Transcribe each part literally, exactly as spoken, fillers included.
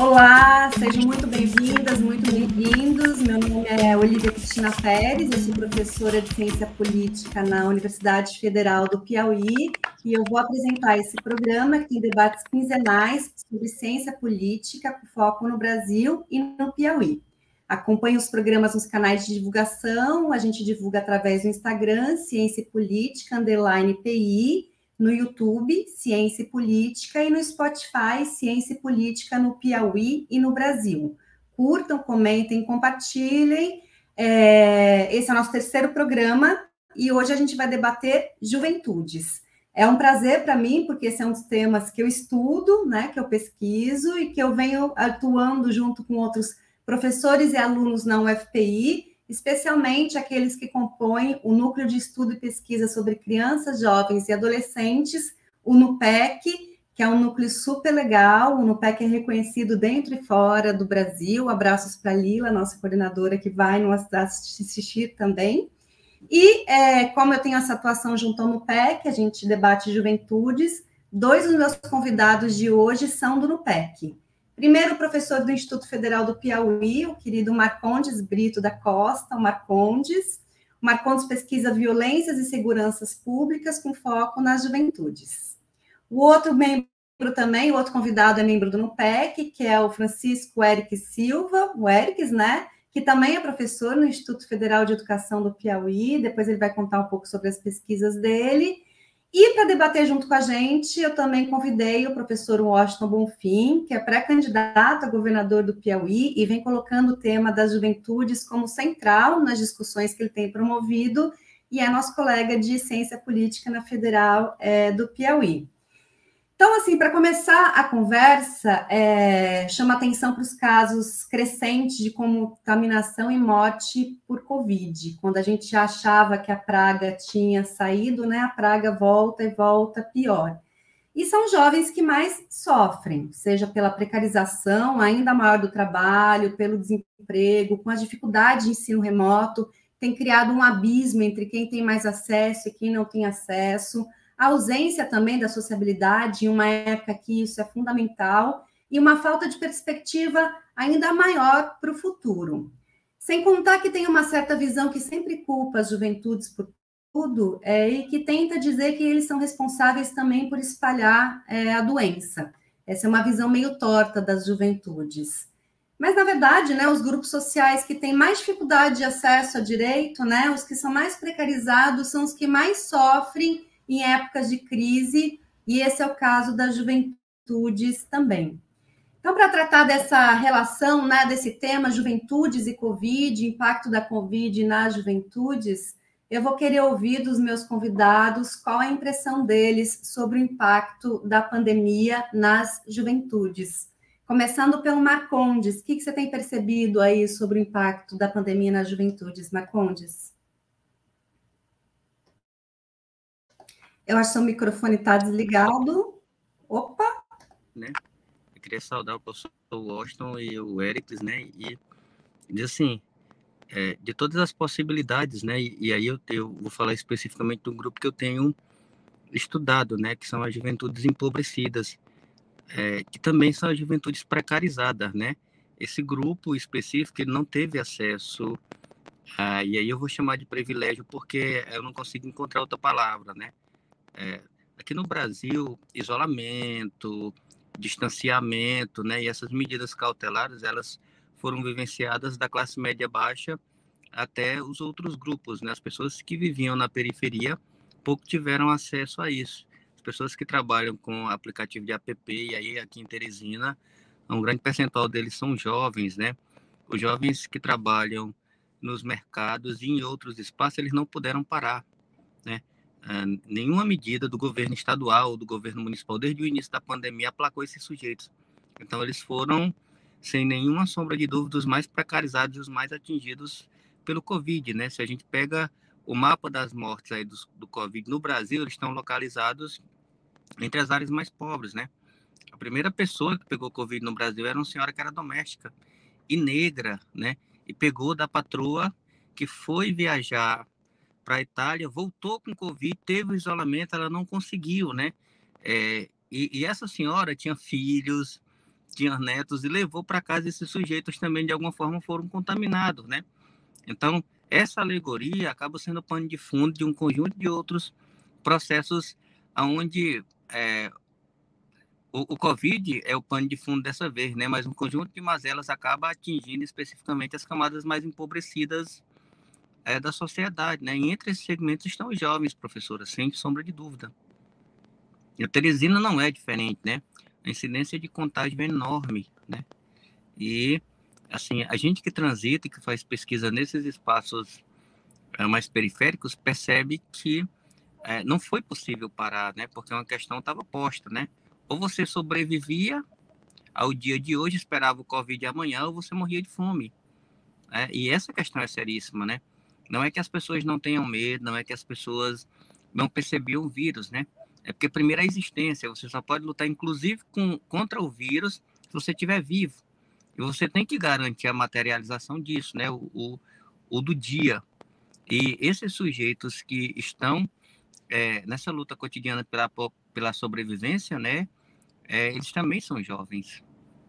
Olá, sejam muito bem-vindas, muito bem-vindos. Meu nome é Olívia Cristina Pérez, eu sou professora de Ciência Política na Universidade Federal do Piauí e eu vou apresentar esse programa que tem debates quinzenais sobre ciência política com foco no Brasil e no Piauí. Acompanhe os programas nos canais de divulgação, a gente divulga através do Instagram, Ciência e Política, underline P I, no YouTube, Ciência e Política, e no Spotify, Ciência e Política no Piauí e no Brasil. Curtam, comentem, compartilhem. É, esse é o nosso terceiro programa, e hoje a gente vai debater juventudes. É um prazer para mim, porque esse é um dos temas que eu estudo, né, que eu pesquiso, e que eu venho atuando junto com outros professores e alunos na U F P I, especialmente aqueles que compõem o Núcleo de Estudo e Pesquisa sobre Crianças, Jovens e Adolescentes, o NUPEC, que é um núcleo super legal. O NUPEC é reconhecido dentro e fora do Brasil. Abraços para a Lila, nossa coordenadora, que vai nos assistir também. E, é, como eu tenho essa atuação junto ao NUPEC, a gente debate juventudes, dois dos meus convidados de hoje são do NUPEC. Primeiro, o professor do Instituto Federal do Piauí, o querido Marcondes Brito da Costa, o Marcondes. O Marcondes pesquisa violências e seguranças públicas com foco nas juventudes. O outro membro também, o outro convidado é membro do NUPEC, que é o Francisco Eric Silva, o Erics, né? Que também é professor no Instituto Federal de Educação do Piauí. Depois ele vai contar um pouco sobre as pesquisas dele. E para debater junto com a gente, eu também convidei o professor Washington Bonfim, que é pré-candidato a governador do Piauí e vem colocando o tema das juventudes como central nas discussões que ele tem promovido, e é nosso colega de Ciência Política na Federal é, do Piauí. Então, assim, para começar a conversa, é, chama atenção para os casos crescentes de contaminação e morte por Covid. Quando a gente achava que a praga tinha saído, né, a praga volta e volta pior. E são jovens que mais sofrem, seja pela precarização ainda maior do trabalho, pelo desemprego, com a dificuldade de ensino remoto, tem criado um abismo entre quem tem mais acesso e quem não tem acesso, a ausência também da sociabilidade, em uma época que isso é fundamental, e uma falta de perspectiva ainda maior para o futuro. Sem contar que tem uma certa visão que sempre culpa as juventudes por tudo, é, e que tenta dizer que eles são responsáveis também por espalhar é, a doença. Essa é uma visão meio torta das juventudes. Mas, na verdade, né, os grupos sociais que têm mais dificuldade de acesso a direito, né, os que são mais precarizados, são os que mais sofrem em épocas de crise, e esse é o caso das juventudes também. Então, para tratar dessa relação, né, desse tema, juventudes e Covid, impacto da Covid nas juventudes, eu vou querer ouvir dos meus convidados qual a impressão deles sobre o impacto da pandemia nas juventudes. Começando pelo Marcondes, o que você tem percebido aí sobre o impacto da pandemia nas juventudes, Marcondes? Eu acho que seu microfone está desligado. Opa! Né? Eu queria saudar o professor Washington e o Erics, né? E dizer assim, é, de todas as possibilidades, né? E, e aí eu, eu vou falar especificamente do grupo que eu tenho estudado, né? Que são as juventudes empobrecidas, é, que também são as juventudes precarizadas, né? Esse grupo específico ele não teve acesso, a, e aí eu vou chamar de privilégio porque eu não consigo encontrar outra palavra, né? É, aqui no Brasil, isolamento, distanciamento, né, e essas medidas cautelares, elas foram vivenciadas da classe média baixa até os outros grupos, né? As pessoas que viviam na periferia pouco tiveram acesso a isso. As pessoas que trabalham com aplicativo de app, e aí aqui em Teresina, um grande percentual deles são jovens, né? Os jovens que trabalham nos mercados e em outros espaços, eles não puderam parar, né? Uh, nenhuma medida do governo estadual ou do governo municipal desde o início da pandemia aplacou esses sujeitos. Então eles foram, sem nenhuma sombra de dúvida, os mais precarizados e os mais atingidos pelo Covid, né? Se a gente pega o mapa das mortes aí do, do Covid no Brasil, eles estão localizados entre as áreas mais pobres, né? A primeira pessoa que pegou Covid no Brasil era uma senhora que era doméstica e negra, né? E pegou da patroa que foi viajar para a Itália, voltou com Covid, teve o isolamento, ela não conseguiu, né? É, e, e essa senhora tinha filhos, tinha netos, e levou para casa esses sujeitos também, de alguma forma, foram contaminados, né? Então, essa alegoria acaba sendo pano de fundo de um conjunto de outros processos onde é, o, o Covid é o pano de fundo dessa vez, né? Mas um conjunto de mazelas acaba atingindo especificamente as camadas mais empobrecidas é, da sociedade, né? E entre esses segmentos estão os jovens, professora, sem sombra de dúvida. E a Teresina não é diferente, né? A incidência de contágio é enorme, né? E, assim, a gente que transita e que faz pesquisa nesses espaços é, mais periféricos percebe que é, não foi possível parar, né? Porque uma questão estava posta, né? Ou você sobrevivia ao dia de hoje, esperava o Covid amanhã, ou você morria de fome. Né? E essa questão é seríssima, né? Não é que as pessoas não tenham medo, não é que as pessoas não percebiam o vírus, né? É porque, primeiro, a existência. Você só pode lutar, inclusive, com, contra o vírus se você estiver vivo. E você tem que garantir a materialização disso, né? O, o, o do dia. E esses sujeitos que estão é, nessa luta cotidiana pela, pela sobrevivência, né? É, eles também são jovens.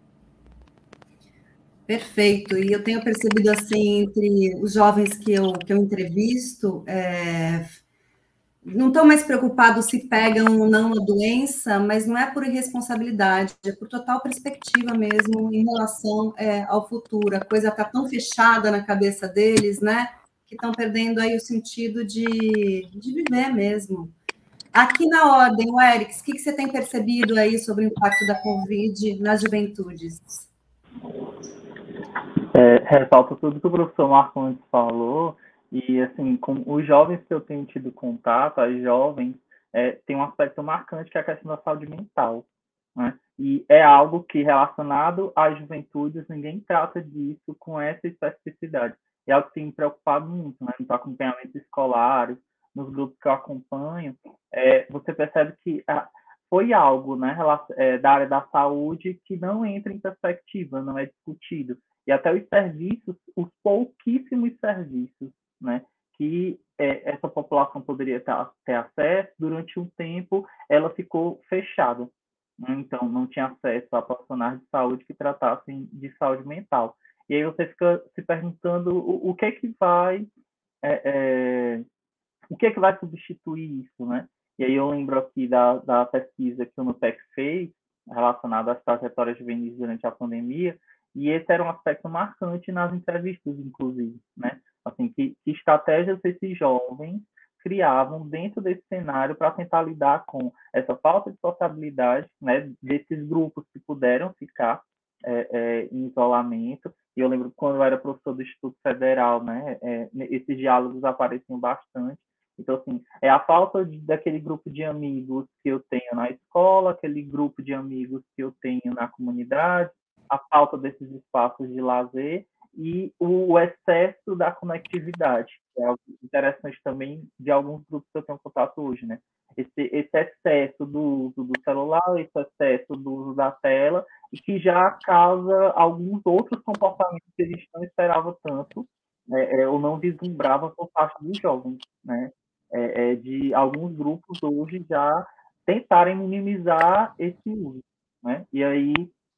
Perfeito. E eu tenho percebido assim, entre os jovens que eu, que eu entrevisto, é, não estão mais preocupados se pegam ou não a doença, mas não é por irresponsabilidade, é por total perspectiva mesmo em relação é, ao futuro. A coisa está tão fechada na cabeça deles, né? Que estão perdendo aí o sentido de, de viver mesmo. Aqui na ordem, o Eric, o que, que você tem percebido aí sobre o impacto da Covid nas juventudes? É, ressalto tudo que o professor Marcondes falou, e assim, com os jovens que eu tenho tido contato, as jovens, é, tem um aspecto marcante que é a questão da saúde mental, né? E é algo que, relacionado às juventudes, ninguém trata disso com essa especificidade. É algo que tem me preocupado muito, né? Nos acompanhamentos escolares, nos grupos que eu acompanho, é, você percebe que a, foi algo, né, é, da área da saúde que não entra em perspectiva, não é discutido. E até os serviços, os pouquíssimos serviços, né, que é, essa população poderia ter, ter acesso, durante um tempo ela ficou fechada. Né? Então, não tinha acesso a profissionais de saúde que tratassem de saúde mental. E aí você fica se perguntando o, o que é que vai... É, é, o que é que vai substituir isso, né? E aí eu lembro aqui da, da pesquisa que o Nutec fez, relacionada às trajetórias juvenis durante a pandemia, e esse era um aspecto marcante nas entrevistas, inclusive, né? Assim, que, que estratégias esses jovens criavam dentro desse cenário para tentar lidar com essa falta de sociabilidade, né, desses grupos que puderam ficar é, é, em isolamento. E eu lembro que quando eu era professor do Instituto Federal, né, é, esses diálogos apareciam bastante. Então, assim, é a falta de, daquele grupo de amigos que eu tenho na escola, aquele grupo de amigos que eu tenho na comunidade, a falta desses espaços de lazer e o excesso da conectividade, que é algo interessante também de alguns grupos que eu tenho contato hoje, né? Esse, esse excesso do uso do celular, esse excesso do uso da tela, e que já causa alguns outros comportamentos que a gente não esperava tanto, né, é, ou não vislumbrava por parte dos jovens, né? É, é, de alguns grupos hoje já tentarem minimizar esse uso, né? E aí,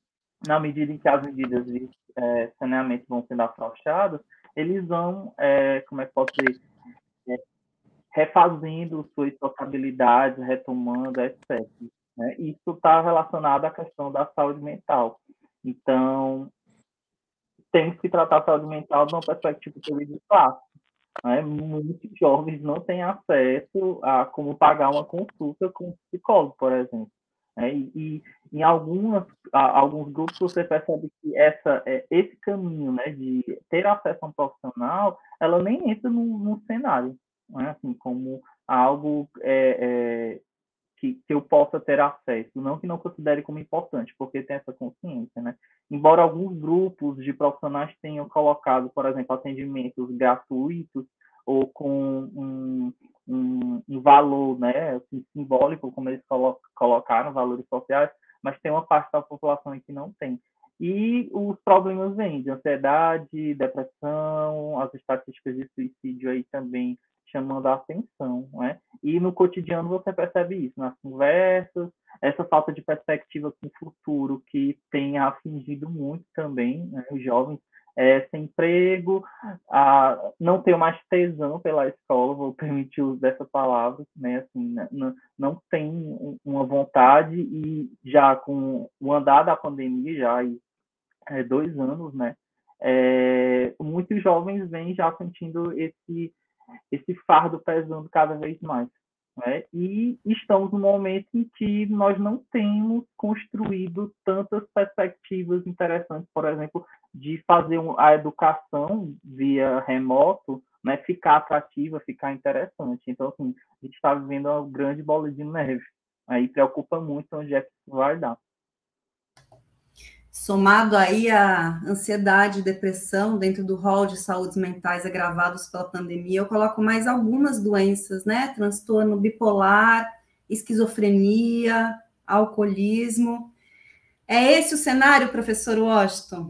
na medida em que as medidas de é, saneamento vão sendo afrouxadas, eles vão, é, como é que posso dizer, é, refazendo suas sociabilidades, retomando, etcétera. Né? Isso está relacionado à questão da saúde mental. Então, temos que tratar a saúde mental de uma perspectiva de classe. Né? Muitos jovens não têm acesso a como pagar uma consulta com um psicólogo, por exemplo. Né? E, e em algumas, alguns grupos você percebe que essa, esse caminho, né, de ter acesso a um profissional, ela nem entra no, no cenário, né? Assim, como algo é, é, que, que eu possa ter acesso, não que não considere como importante, porque tem essa consciência, né? Embora alguns grupos de profissionais tenham colocado, por exemplo, atendimentos gratuitos ou com um, um, um valor, né, assim, simbólico, como eles colo colocaram, valores sociais, mas tem uma parte da população que não tem. E os problemas vêm de ansiedade, depressão, as estatísticas de suicídio aí também chamando a atenção, né? E no cotidiano você percebe isso, nas conversas, essa falta de perspectiva com o futuro que tem atingido muito também, né, os jovens, é, sem emprego, a, não ter mais tesão pela escola, vou permitir o uso dessa palavra, né, assim, não, não tem uma vontade, e já com o andar da pandemia, já há é, dois anos, né, é, muitos jovens vêm já sentindo esse, esse fardo pesando cada vez mais. Né? E estamos num momento em que nós não temos construído tantas perspectivas interessantes, por exemplo, de fazer a educação via remoto, né, ficar atrativa, ficar interessante. Então, assim, a gente está vivendo uma grande bola de neve. Aí preocupa muito onde é que isso vai dar. Somado aí a ansiedade e depressão dentro do rol de saúdes mentais agravados pela pandemia, eu coloco mais algumas doenças, né? Transtorno bipolar, esquizofrenia, alcoolismo. É esse o cenário, professor Washington?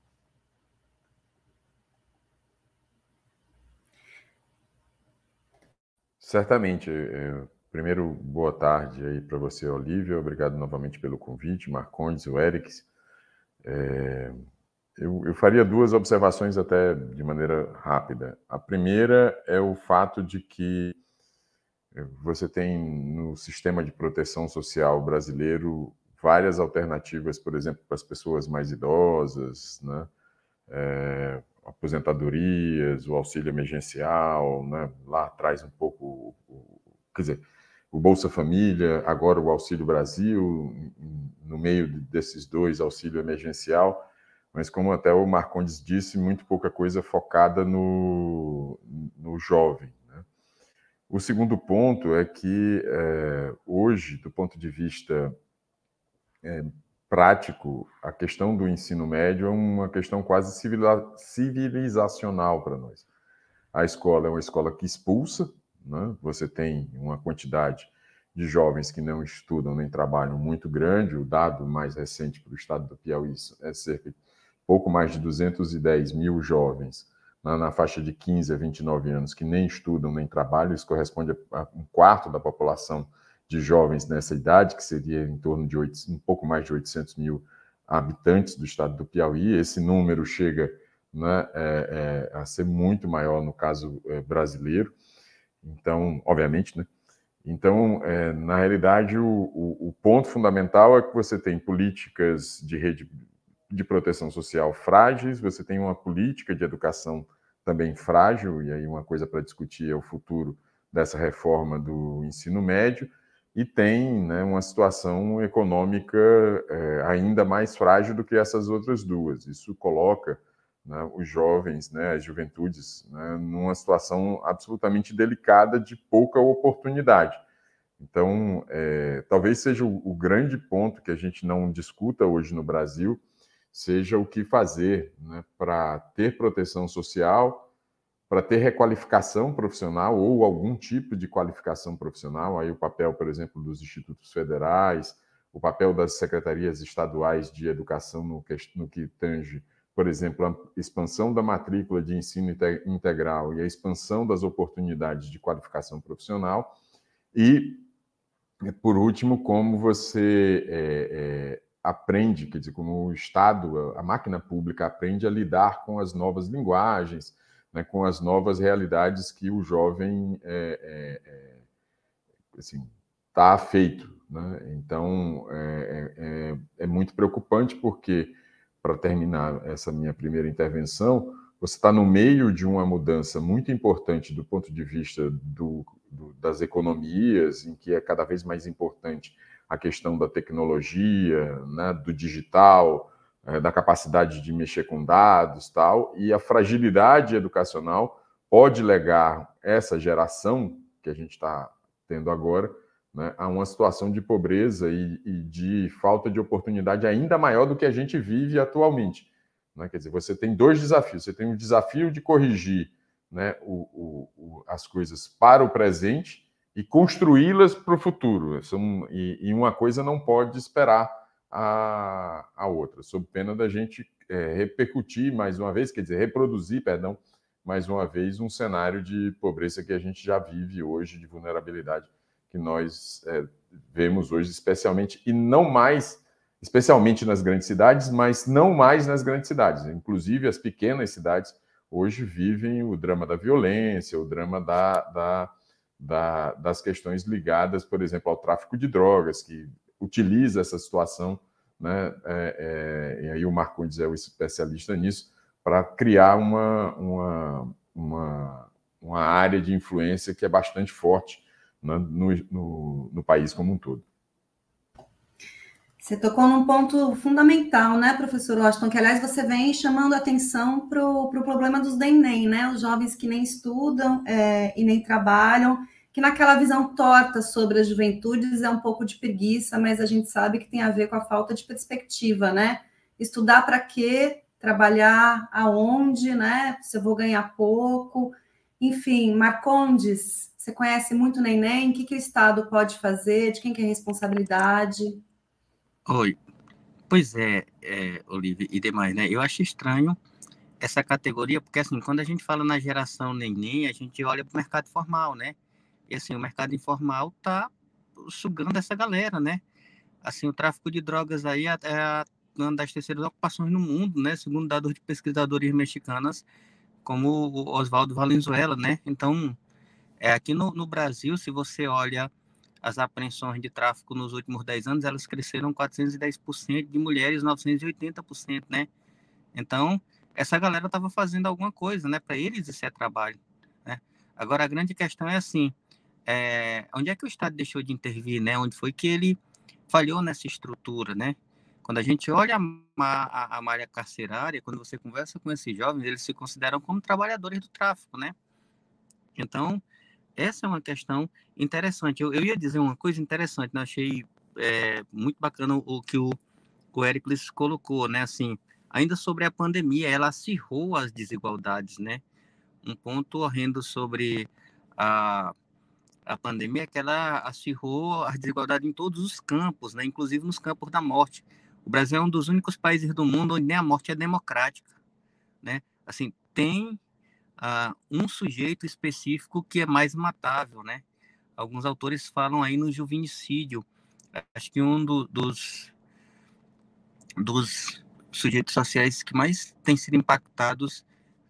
Certamente. Primeiro, boa tarde aí para você, Olívia. Obrigado novamente pelo convite, Marcondes, o Erics. É, eu, eu faria duas observações até de maneira rápida. A primeira é o fato de que você tem no sistema de proteção social brasileiro várias alternativas, por exemplo, para as pessoas mais idosas, né? É, aposentadorias, o auxílio emergencial, né? Lá traz um pouco, quer dizer, o Bolsa Família, agora o Auxílio Brasil, no meio desses dois, auxílio emergencial, mas como até o Marcondes disse, muito pouca coisa focada no, no jovem. Né? O segundo ponto é que é, hoje, do ponto de vista é, prático, a questão do ensino médio é uma questão quase civilizacional para nós. A escola é uma escola que expulsa, né? Você tem uma quantidade de jovens que não estudam nem trabalham muito grande. O dado mais recente para o estado do Piauí é cerca de pouco mais de duzentos e dez mil jovens na, na faixa de quinze a vinte e nove anos que nem estudam nem trabalham. Isso corresponde a um quarto da população de jovens nessa idade, que seria em torno de oito, um pouco mais de oitocentos mil habitantes do estado do Piauí. Esse número chega, né, é, é, a ser muito maior no caso é, brasileiro. Então, obviamente, né? Então, é, na realidade, o, o, o ponto fundamental é que você tem políticas de rede de proteção social frágeis, você tem uma política de educação também frágil, e aí uma coisa para discutir é o futuro dessa reforma do ensino médio, e tem, né, uma situação econômica é, ainda mais frágil do que essas outras duas. Isso coloca, né, os jovens, né, as juventudes, né, numa situação absolutamente delicada de pouca oportunidade. Então, é, talvez seja o, o grande ponto que a gente não discuta hoje no Brasil, seja o que fazer, né, para ter proteção social, para ter requalificação profissional ou algum tipo de qualificação profissional. Aí o papel, por exemplo, dos institutos federais, o papel das secretarias estaduais de educação no que, no que tange, por exemplo, a expansão da matrícula de ensino integral e a expansão das oportunidades de qualificação profissional. E, por último, como você é, é, aprende, quer dizer, como o Estado, a máquina pública aprende a lidar com as novas linguagens, né, com as novas realidades que o jovem é, é, é, assim, está afeito. Né? Então, é, é, é muito preocupante porque, para terminar essa minha primeira intervenção, você está no meio de uma mudança muito importante do ponto de vista do, do, das economias, em que é cada vez mais importante a questão da tecnologia, né, do digital, é, da capacidade de mexer com dados, tal, e a fragilidade educacional pode legar essa geração que a gente está tendo agora, né, a uma situação de pobreza e, e de falta de oportunidade ainda maior do que a gente vive atualmente. Né? Quer dizer, você tem dois desafios. Você tem o desafio de corrigir, né, o, o, o, as coisas para o presente e construí-las para o futuro. São, e, e uma coisa não pode esperar a, a outra, sob pena da gente é, repercutir mais uma vez, quer dizer, reproduzir, perdão, mais uma vez, um cenário de pobreza que a gente já vive hoje, de vulnerabilidade que nós é, vemos hoje, especialmente, e não mais, especialmente nas grandes cidades, mas não mais nas grandes cidades. Inclusive, as pequenas cidades hoje vivem o drama da violência, o drama da, da, da, das questões ligadas, por exemplo, ao tráfico de drogas, que utiliza essa situação, né? É, é, e aí o Marcondes é o especialista nisso, para criar uma, uma, uma, uma área de influência que é bastante forte, né, no, no, no país como um todo. Você tocou num ponto fundamental, né, professor Washington, que, aliás, você vem chamando a atenção para o pro problema dos D E M, né, os jovens que nem estudam é, e nem trabalham, que naquela visão torta sobre as juventudes é um pouco de preguiça, mas a gente sabe que tem a ver com a falta de perspectiva, né? Estudar para quê? Trabalhar aonde, né? Se eu vou ganhar pouco. Enfim, Marcondes, você conhece muito o Neném, o que, que o Estado pode fazer, de quem que é a responsabilidade? Oi, pois é, é, Olivia e demais, né? Eu acho estranho essa categoria, porque assim, quando a gente fala na geração neném, a gente olha para o mercado formal, né? E assim, o mercado informal tá sugando essa galera, né? Assim, o tráfico de drogas aí é é uma das terceiras ocupações no mundo, né? Segundo dados de pesquisadores mexicanas, como o Oswaldo Valenzuela, né? Então, é, aqui no, no Brasil, se você olha as apreensões de tráfico nos últimos dez anos, elas cresceram quatrocentos e dez por cento, de mulheres novecentos e oitenta por cento, né? Então, essa galera estava fazendo alguma coisa, né? Para eles isso é trabalho, né? Agora, a grande questão é assim, é, onde é que o Estado deixou de intervir, né? Onde foi que ele falhou nessa estrutura, né? Quando a gente olha a, a, a malha carcerária, quando você conversa com esses jovens, eles se consideram como trabalhadores do tráfico, né? Então, essa é uma questão interessante. Eu, eu ia dizer uma coisa interessante, né? Achei é, muito bacana o que o, o Éricles colocou, né? Assim, ainda sobre a pandemia, ela acirrou as desigualdades, né? Um ponto horrendo sobre a, a pandemia é que ela acirrou a desigualdade em todos os campos, né? Inclusive nos campos da morte. O Brasil é um dos únicos países do mundo onde nem a morte é democrática, né? Assim, tem Uh, um sujeito específico que é mais matável, né? Alguns autores falam aí no juvenicídio. Acho que um do, dos, dos sujeitos sociais que mais têm sido impactados,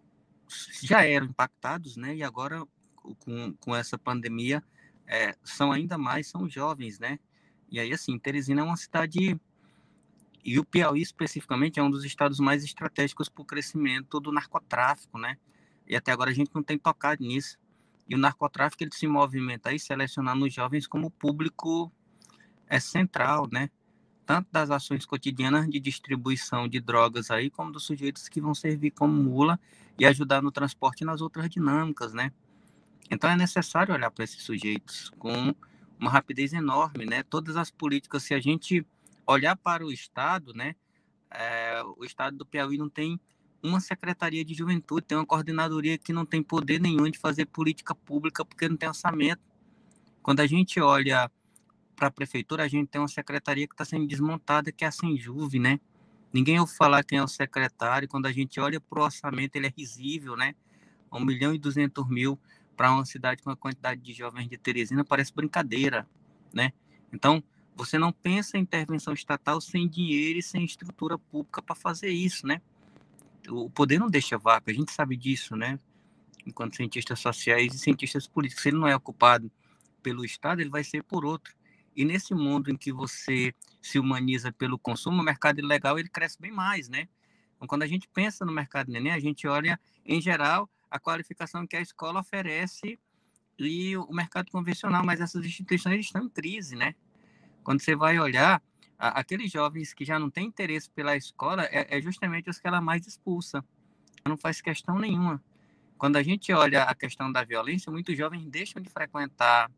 já eram impactados, né? E agora, com, com essa pandemia, é, são ainda mais, são jovens, né? E aí, assim, Teresina é uma cidade... E o Piauí, especificamente, é um dos estados mais estratégicos para o crescimento do narcotráfico, né? E até agora a gente não tem tocado nisso. E o narcotráfico, ele se movimenta aí, selecionando os jovens como público é central, né? Tanto das ações cotidianas de distribuição de drogas aí, como dos sujeitos que vão servir como mula e ajudar no transporte e nas outras dinâmicas, né? Então é necessário olhar para esses sujeitos com uma rapidez enorme, né? Todas as políticas, se a gente olhar para o Estado, né? É, o Estado do Piauí não tem uma secretaria de juventude, tem uma coordenadoria que não tem poder nenhum de fazer política pública porque não tem orçamento. Quando a gente olha para a prefeitura, a gente tem uma secretaria que está sendo desmontada, que é a Senjuve, né? Ninguém ouve falar quem é o secretário. Quando a gente olha para o orçamento, ele é risível, né? um milhão e duzentos mil para uma cidade com a quantidade de jovens de Teresina parece brincadeira, né? Então, você não pensa em intervenção estatal sem dinheiro e sem estrutura pública para fazer isso, né? O poder não deixa vácuo, a gente sabe disso, né? Enquanto cientistas sociais e cientistas políticos, se ele não é ocupado pelo Estado, ele vai ser por outro. E nesse mundo em que você se humaniza pelo consumo, o mercado ilegal ele cresce bem mais, né? Então, quando a gente pensa no mercado neném, a gente olha, em geral, a qualificação que a escola oferece e o mercado convencional, mas essas instituições estão em crise, né? Quando você vai olhar, aqueles jovens que já não têm interesse pela escola é, é justamente os que ela mais expulsa. Não faz questão nenhuma. Quando a gente olha a questão da violência, muitos jovens deixam de frequentar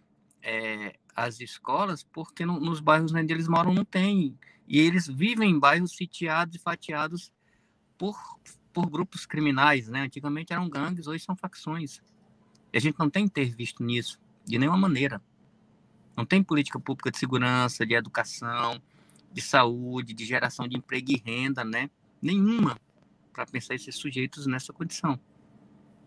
é, as escolas porque no, nos bairros onde eles moram não tem. E eles vivem em bairros sitiados e fatiados por, por grupos criminais, né? Antigamente eram gangues, hoje são facções. E a gente não tem que ter visto nisso, de nenhuma maneira. Não tem política pública de segurança, de educação, de saúde, de geração de emprego e renda, né? Nenhuma para pensar esses sujeitos nessa condição.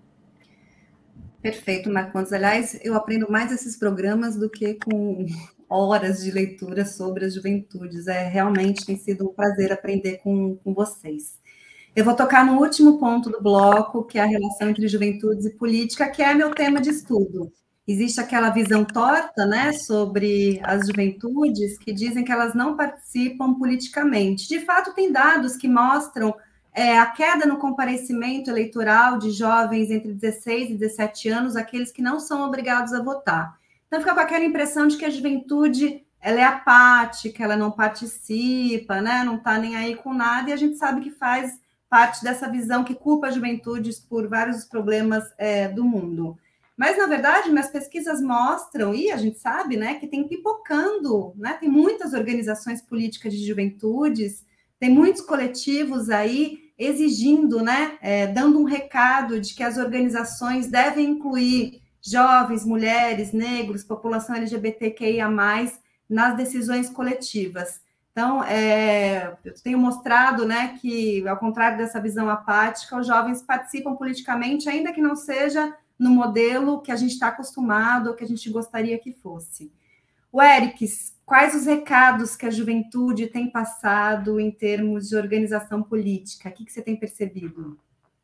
Perfeito, Marcondes. Aliás, eu aprendo mais esses programas do que com horas de leitura sobre as juventudes. É, realmente tem sido um prazer aprender com, com vocês. Eu vou tocar no último ponto do bloco, que é a relação entre juventudes e política, que é meu tema de estudo. Existe aquela visão torta, né, sobre as juventudes, que dizem que elas não participam politicamente. De fato, tem dados que mostram é, a queda no comparecimento eleitoral de jovens entre dezesseis e dezessete anos, aqueles que não são obrigados a votar. Então, fica com aquela impressão de que a juventude ela é apática, ela não participa, né, não está nem aí com nada, e a gente sabe que faz parte dessa visão que culpa as juventudes por vários problemas é, do mundo. Mas, na verdade, minhas pesquisas mostram, e a gente sabe, né, que tem pipocando, né, tem muitas organizações políticas de juventudes, tem muitos coletivos aí exigindo, né, é, dando um recado de que as organizações devem incluir jovens, mulheres, negros, população L G B T Q I A mais, nas decisões coletivas. Então, é, eu tenho mostrado, né, que, ao contrário dessa visão apática, os jovens participam politicamente, ainda que não seja no modelo que a gente está acostumado ou que a gente gostaria que fosse. O Éricles, quais os recados que a juventude tem passado em termos de organização política? O que, que você tem percebido?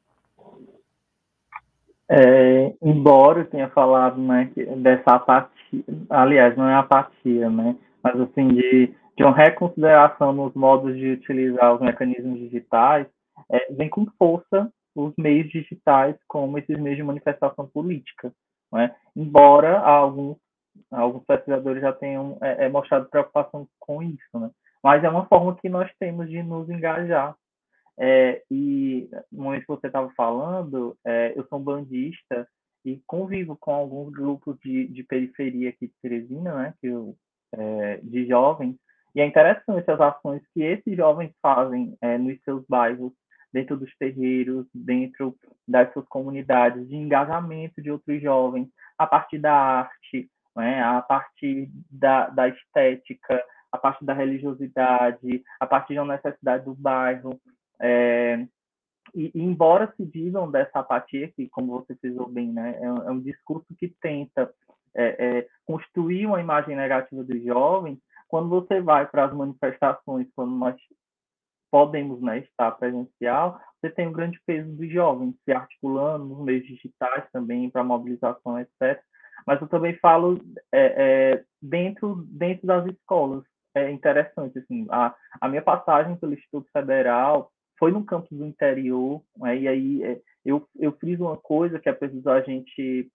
É, embora eu tenha falado, né, dessa apatia, aliás, não é apatia, né, mas assim, de, de uma reconsideração nos modos de utilizar os mecanismos digitais, é, vem com força os meios digitais como esses meios de manifestação política, né? Embora alguns, alguns pesquisadores já tenham é, é, mostrado preocupação com isso, né? Mas é uma forma que nós temos de nos engajar. É, e no momento que você estava falando, é, eu sou um bandista e convivo com alguns grupos de, de periferia aqui de Teresina, né, que eu, é, de jovens, e é interessante as ações que esses jovens fazem é, nos seus bairros, dentro dos terreiros, dentro das suas comunidades, de engajamento de outros jovens, a partir da arte, né, a partir da, da estética, a partir da religiosidade, a partir da necessidade do bairro. É, e, e embora se digam dessa apatia, que, como você frisou bem, né, é, um, é um discurso que tenta é, é, construir uma imagem negativa dos jovens, quando você vai para as manifestações, quando nós podemos, né, estar presencial, você tem um grande peso dos jovens se articulando nos meios digitais também para mobilização, etcétera. Mas eu também falo é, é, dentro, dentro das escolas. É interessante, assim, a, a minha passagem pelo Instituto Federal foi no campus do interior, né, e aí é, eu, eu friso uma coisa que é preciso a gente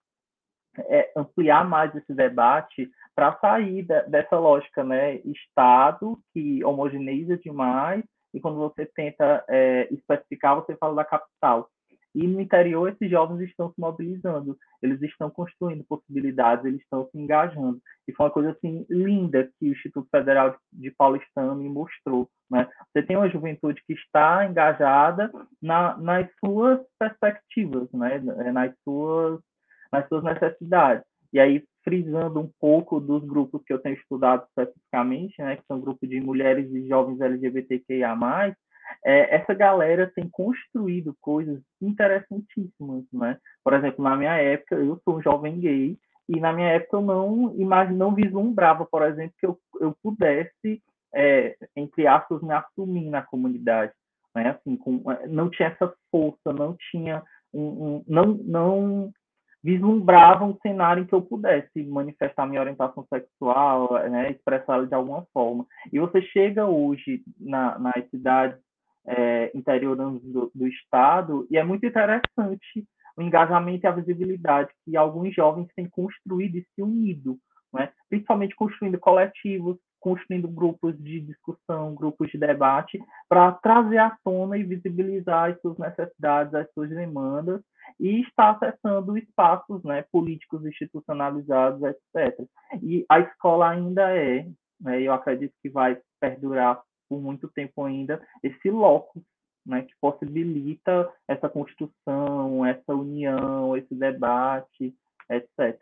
é, ampliar mais esse debate para sair de, dessa lógica, né, Estado que homogeneiza demais, e quando você tenta é, especificar, você fala da capital. E no interior, esses jovens estão se mobilizando, eles estão construindo possibilidades, eles estão se engajando. E foi uma coisa assim linda que o Instituto Federal de Paulistano me mostrou, né? Você tem uma juventude que está engajada na, nas suas perspectivas, né? nas, suas, nas suas necessidades. E aí, frisando um pouco dos grupos que eu tenho estudado especificamente, né, que são grupos de mulheres e jovens L G B T Q I A mais, é, essa galera tem construído coisas interessantíssimas, né? Por exemplo, na minha época, eu sou um jovem gay, e na minha época eu não, imagine, não vislumbrava, por exemplo, que eu, eu pudesse, é, entre aspas, me assumir na comunidade, né? Assim, com, não tinha essa força, não tinha um, um não, não vislumbrava um cenário em que eu pudesse manifestar minha orientação sexual, né, expressá-la de alguma forma. E você chega hoje na, nas cidades é, interioranas do, do estado, e é muito interessante o engajamento e a visibilidade que alguns jovens têm construído e se unido, né? Principalmente construindo coletivos, construindo grupos de discussão, grupos de debate, para trazer à tona e visibilizar as suas necessidades, as suas demandas, e está acessando espaços, né, políticos institucionalizados, etcétera. E a escola ainda é, né, eu acredito que vai perdurar por muito tempo ainda, esse locus, né, que possibilita essa construção, essa união, esse debate, etcétera.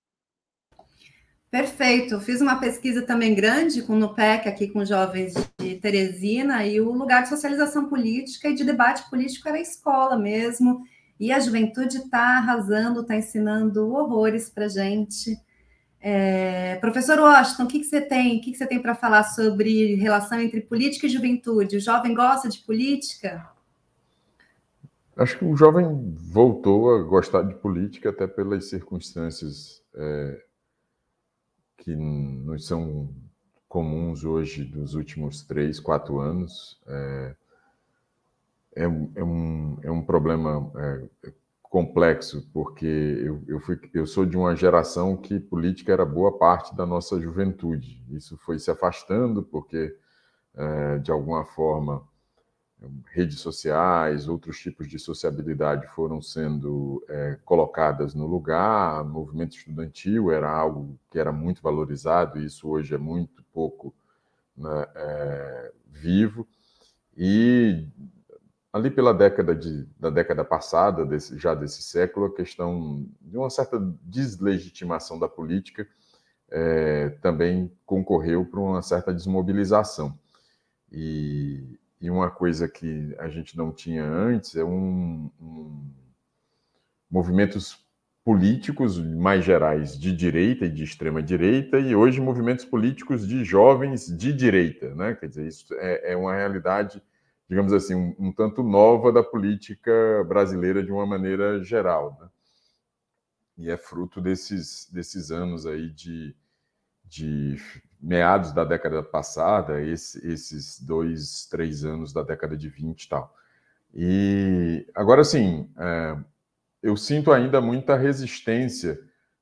Perfeito. Fiz uma pesquisa também grande com o NUPEC, aqui com jovens de Teresina, e o lugar de socialização política e de debate político era a escola mesmo. E a juventude está arrasando, está ensinando horrores para a gente. É, professor Washington, o que, que você tem? O que, que você tem para falar sobre relação entre política e juventude? O jovem gosta de política? Acho que o jovem voltou a gostar de política até pelas circunstâncias é, que nos são comuns hoje dos últimos três, quatro anos. É, é, é, um, é um problema é, complexo, porque eu, eu, fui, eu sou de uma geração que política era boa parte da nossa juventude. Isso foi se afastando porque, é, de alguma forma, redes sociais, outros tipos de sociabilidade foram sendo é, colocadas no lugar. O movimento estudantil era algo que era muito valorizado, e isso hoje é muito pouco, né, é, vivo. E ali pela década de, da década passada, desse, já desse século, a questão de uma certa deslegitimação da política é, também concorreu para uma certa desmobilização. E, e uma coisa que a gente não tinha antes é um, um movimentos políticos mais gerais de direita e de extrema direita, e hoje movimentos políticos de jovens de direita, né? Quer dizer, isso é, é uma realidade, digamos assim, um, um tanto nova da política brasileira de uma maneira geral, né? E é fruto desses, desses anos aí de, de meados da década passada, esse, esses dois, três anos da década de vinte e tal. E agora, sim, é, eu sinto ainda muita resistência.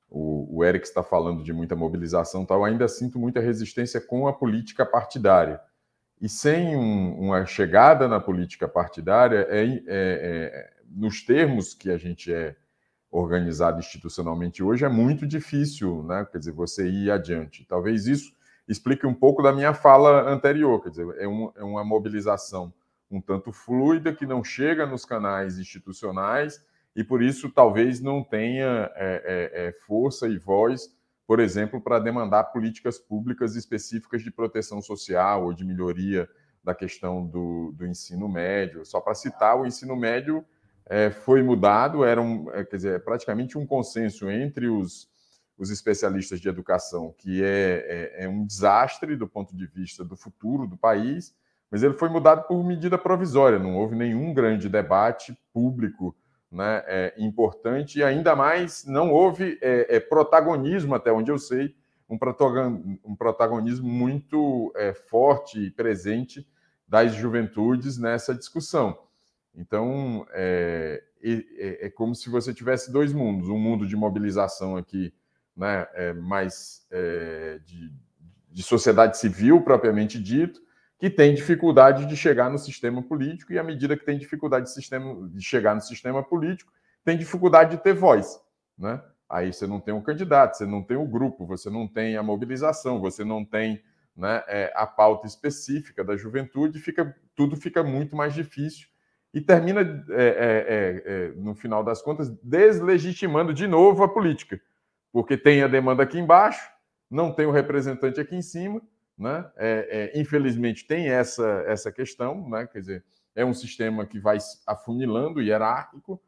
O, o Eric está falando de muita mobilização, tal. Eu ainda sinto muita resistência com a política partidária. E sem um, uma chegada na política partidária, é, é, é, nos termos que a gente é organizado institucionalmente hoje, é muito difícil, né? Quer dizer, você ir adiante. Talvez isso explique um pouco da minha fala anterior. Quer dizer, é, um, é uma mobilização um tanto fluida, que não chega nos canais institucionais, e por isso talvez não tenha é, é, força e voz, por exemplo, para demandar políticas públicas específicas de proteção social ou de melhoria da questão do, do ensino médio. Só para citar, o ensino médio é, foi mudado, era um, é, quer dizer, praticamente um consenso entre os, os especialistas de educação, que é, é, é um desastre do ponto de vista do futuro do país, mas ele foi mudado por medida provisória, não houve nenhum grande debate público, né, é, importante, e ainda mais não houve é, é, protagonismo, até onde eu sei, um, protagon, um protagonismo muito é, forte e presente das juventudes nessa discussão. Então, é, é, é como se você tivesse dois mundos, um mundo de mobilização aqui, né, é, mais é, de, de sociedade civil, propriamente dito, que tem dificuldade de chegar no sistema político, e à medida que tem dificuldade de, sistema, de chegar no sistema político, tem dificuldade de ter voz, né? Aí você não tem o candidato, você não tem o grupo, você não tem a mobilização, você não tem, né, é, a pauta específica da juventude, fica, tudo fica muito mais difícil e termina, é, é, é, no final das contas, deslegitimando de novo a política, porque tem a demanda aqui embaixo, não tem o representante aqui em cima, né? É, é, infelizmente tem essa, essa questão, né? Quer dizer, é um sistema que vai afunilando, hierárquico,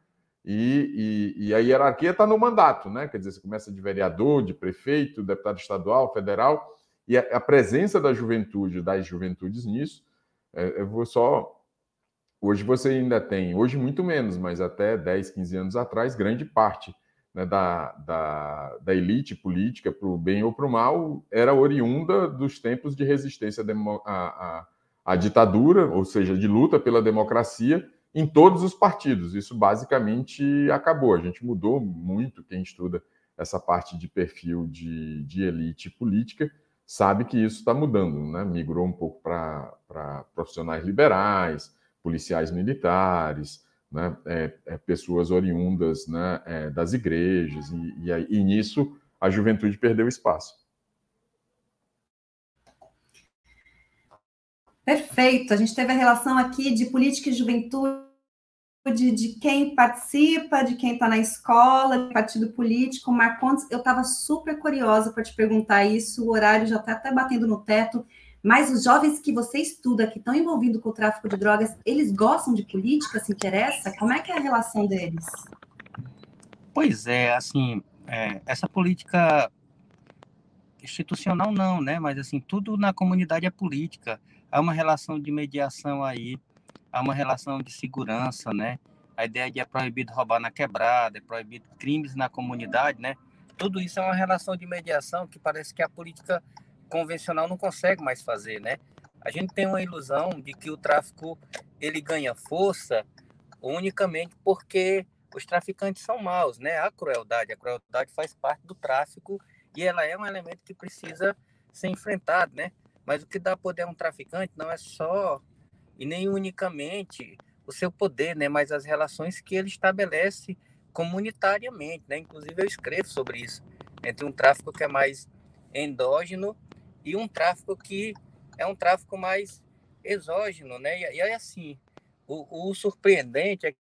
e, e, e a hierarquia está no mandato, né? Quer dizer, você começa de vereador, de prefeito, deputado estadual, federal, e a, a presença da juventude, das juventudes nisso, é, eu vou só... Hoje você ainda tem, hoje muito menos, mas até dez, quinze anos atrás, grande parte, né, da, da, da elite política, para o bem ou para o mal, era oriunda dos tempos de resistência à, à, à ditadura, ou seja, de luta pela democracia, em todos os partidos. Isso basicamente acabou. A gente mudou muito, quem estuda essa parte de perfil de, de elite política sabe que isso está mudando, né? Migrou um pouco para profissionais liberais, policiais militares, né, é, é, pessoas oriundas, né, é, das igrejas, e, e, e nisso a juventude perdeu espaço. Perfeito. A gente teve a relação aqui de política e juventude, de quem participa, de quem está na escola, de partido político. Marcondes, eu estava super curiosa para te perguntar isso, o horário já está até batendo no teto, Mas os jovens que você estuda, que estão envolvidos com o tráfico de drogas, eles gostam de política, se interessa? Como é que é a relação deles? Pois é, assim, é, essa política institucional não, né? Mas assim, tudo na comunidade é política. Há uma relação de mediação aí, há uma relação de segurança, né? A ideia de é proibido roubar na quebrada, é proibido crimes na comunidade, né? Tudo isso é uma relação de mediação que parece que a política convencional não consegue mais fazer, né? A gente tem uma ilusão de que o tráfico ele ganha força unicamente porque os traficantes são maus, né? A crueldade, a crueldade faz parte do tráfico e ela é um elemento que precisa ser enfrentado, né? Mas o que dá poder a um traficante não é só e nem unicamente o seu poder, né? Mas as relações que ele estabelece comunitariamente, né? Inclusive eu escrevo sobre isso, entre um tráfico que é mais endógeno e um tráfico que é um tráfico mais exógeno, né? E, e aí, assim, o, o surpreendente é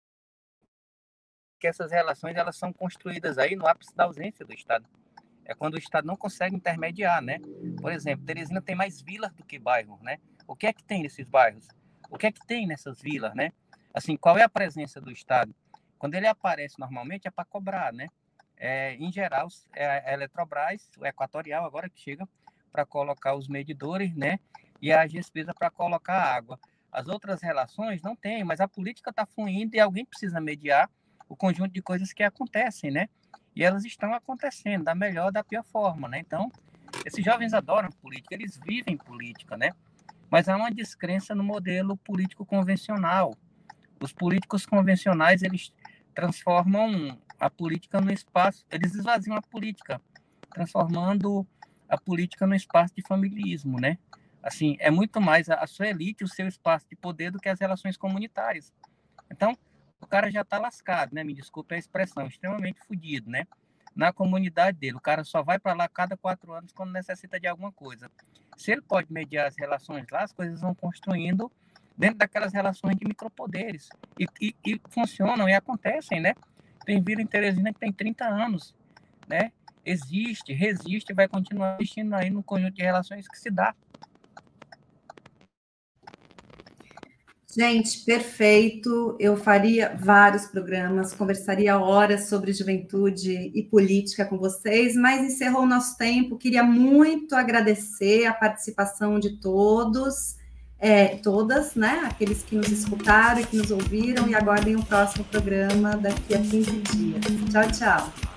que essas relações elas são construídas aí no ápice da ausência do Estado. É quando o Estado não consegue intermediar, né? Por exemplo, Teresina tem mais vilas do que bairros, né? O que é que tem nesses bairros? O que é que tem nessas vilas, né? Assim, qual é a presença do Estado? Quando ele aparece normalmente é para cobrar, né? É, em geral, é a Eletrobras, o Equatorial agora que chega para colocar os medidores, né? E a Gespesa para colocar água. As outras relações não tem, mas a política está fluindo e alguém precisa mediar o conjunto de coisas que acontecem, né? E elas estão acontecendo da melhor, da pior forma, né? Então, esses jovens adoram política, eles vivem política, né? Mas há uma descrença no modelo político convencional. Os políticos convencionais, eles transformam a política no espaço, eles esvaziam a política, transformando a política no espaço de familismo, né? Assim, é muito mais a sua elite, o seu espaço de poder do que as relações comunitárias. Então, o cara já está lascado, né? Me desculpe a expressão, extremamente fodido, né? Na comunidade dele, o cara só vai para lá cada quatro anos quando necessita de alguma coisa. Se ele pode mediar as relações lá, as coisas vão construindo dentro daquelas relações de micropoderes. E, e, e funcionam e acontecem, né? Tem vila em Teresina que tem trinta anos, né? Existe, resiste e vai continuar existindo aí no conjunto de relações que se dá. Gente, perfeito. Eu faria vários programas, conversaria horas sobre juventude e política com vocês, mas encerrou o nosso tempo. Queria muito agradecer a participação de todos, é, todas, né? Aqueles que nos escutaram e que nos ouviram, e aguardem o próximo programa daqui a quinze dias. Tchau, tchau.